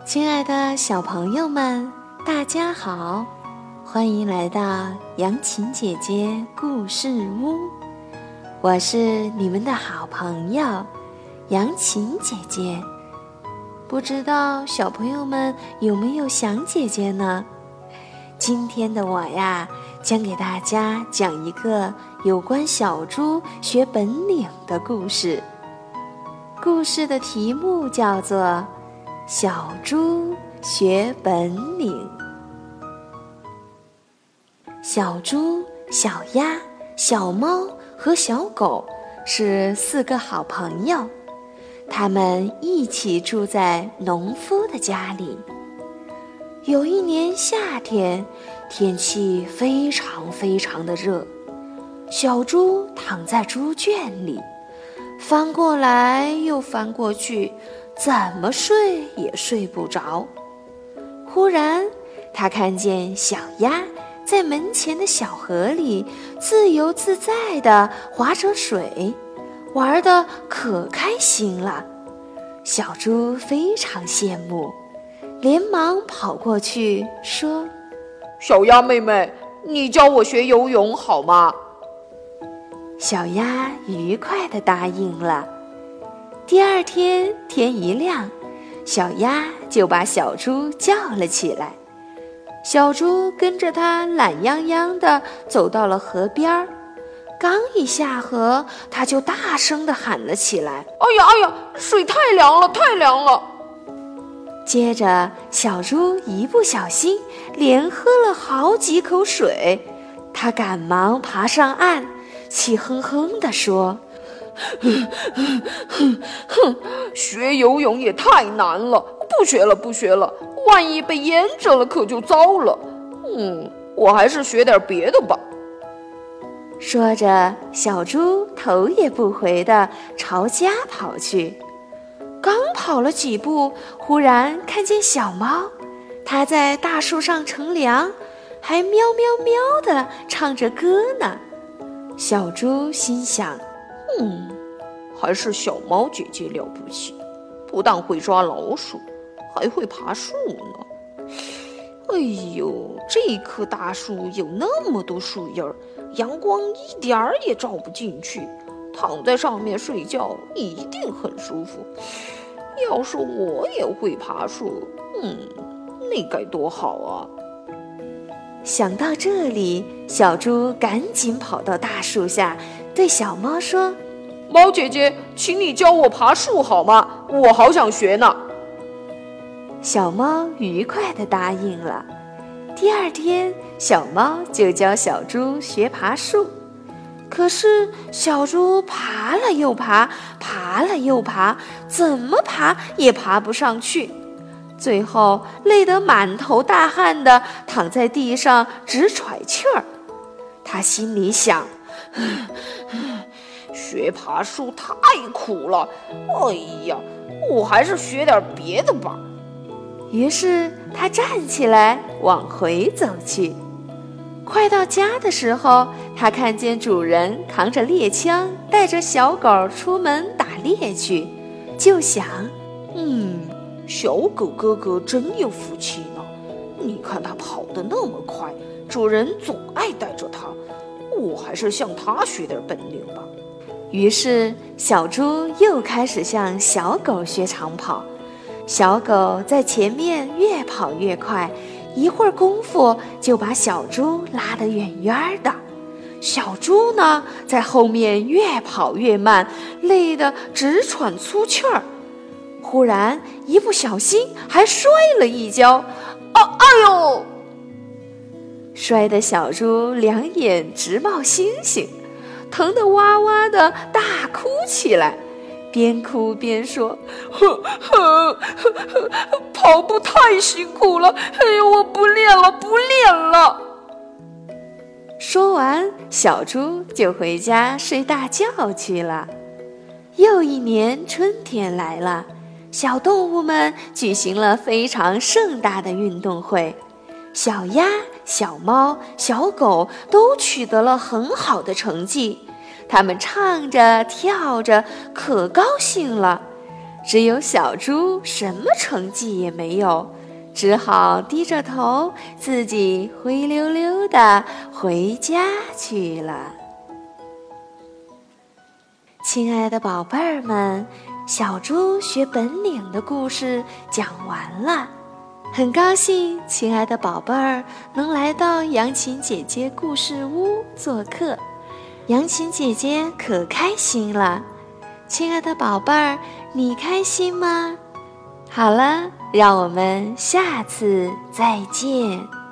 亲爱的小朋友们，大家好，欢迎来到杨琴姐姐故事屋。我是你们的好朋友杨琴姐姐。不知道小朋友们有没有想姐姐呢？今天的我呀，将给大家讲一个有关小猪学本领的故事。故事的题目叫做小猪学本领。小猪、小鸭、小猫和小狗是4个好朋友，他们一起住在农夫的家里。有一年夏天，天气非常的热，小猪躺在猪圈里，翻过来又翻过去，怎么睡也睡不着。忽然，他看见小鸭在门前的小河里自由自在地划着水，玩得可开心了。小猪非常羡慕，连忙跑过去说：“ 小鸭妹妹，你教我学游泳好吗？” 小鸭愉快地答应了。第二天天一亮，小鸭就把小猪叫了起来。小猪跟着它懒洋洋地走到了河边，刚一下河，它就大声地喊了起来：“ 哎呀，水太凉了，太凉了！” 接着，小猪一不小心连喝了好几口水，它赶忙爬上岸，气哼哼地说：“ 学游泳也太难了，不学了，万一被淹着了可就糟了。我还是学点别的吧。” 说着，小猪头也不回地朝家跑去。刚跑了几步，忽然看见小猫，它在大树上乘凉，还喵喵喵地唱着歌呢。小猪心想： 还是小猫姐姐了不起，不但会抓老鼠，还会爬树呢。哎呦，这棵大树有那么多树叶，阳光一点儿也照不进去，躺在上面睡觉一定很舒服。要是我也会爬树，那该多好啊！ 想到这里，小猪赶紧跑到大树下，对小猫说：“ 猫姐姐，请你教我爬树好吗？我好想学呢。” 小猫愉快地答应了。第二天，小猫就教小猪学爬树。可是小猪爬了又爬，爬了又爬，怎么爬也爬不上去。最后累得满头大汗地躺在地上直喘气儿。他心里想： 学爬树太苦了，哎呀，我还是学点别的吧。 于是他站起来往回走去。快到家的时候，他看见主人扛着猎枪，带着小狗出门打猎去，就想： 小狗哥哥真有福气呢。你看他跑得那么快，主人总爱带着他，我还是向他学点本领吧。 于是小猪又开始向小狗学长跑。小狗在前面越跑越快，一会儿功夫就把小猪拉得远远的。小猪呢，在后面越跑越慢，累得直喘粗气儿。忽然一不小心还摔了一跤，哎呦！摔得小猪两眼直冒星星，疼得哇哇的大哭起来，边哭边说：“ 跑步太辛苦了，我不练了。” 说完，小猪就回家睡大觉去了。又一年春天来了，小动物们举行了非常盛大的运动会，小鸭、小猫、小狗都取得了很好的成绩，它们唱着跳着可高兴了。 只有小猪什么成绩也没有，只好低着头自己灰溜溜地回家去了。亲爱的宝贝儿们，小猪学本领的故事讲完了。很高兴亲爱的宝贝儿能来到杨琴姐姐故事屋做客，杨琴姐姐可开心了。亲爱的宝贝儿，你开心吗？好了，让我们下次再见。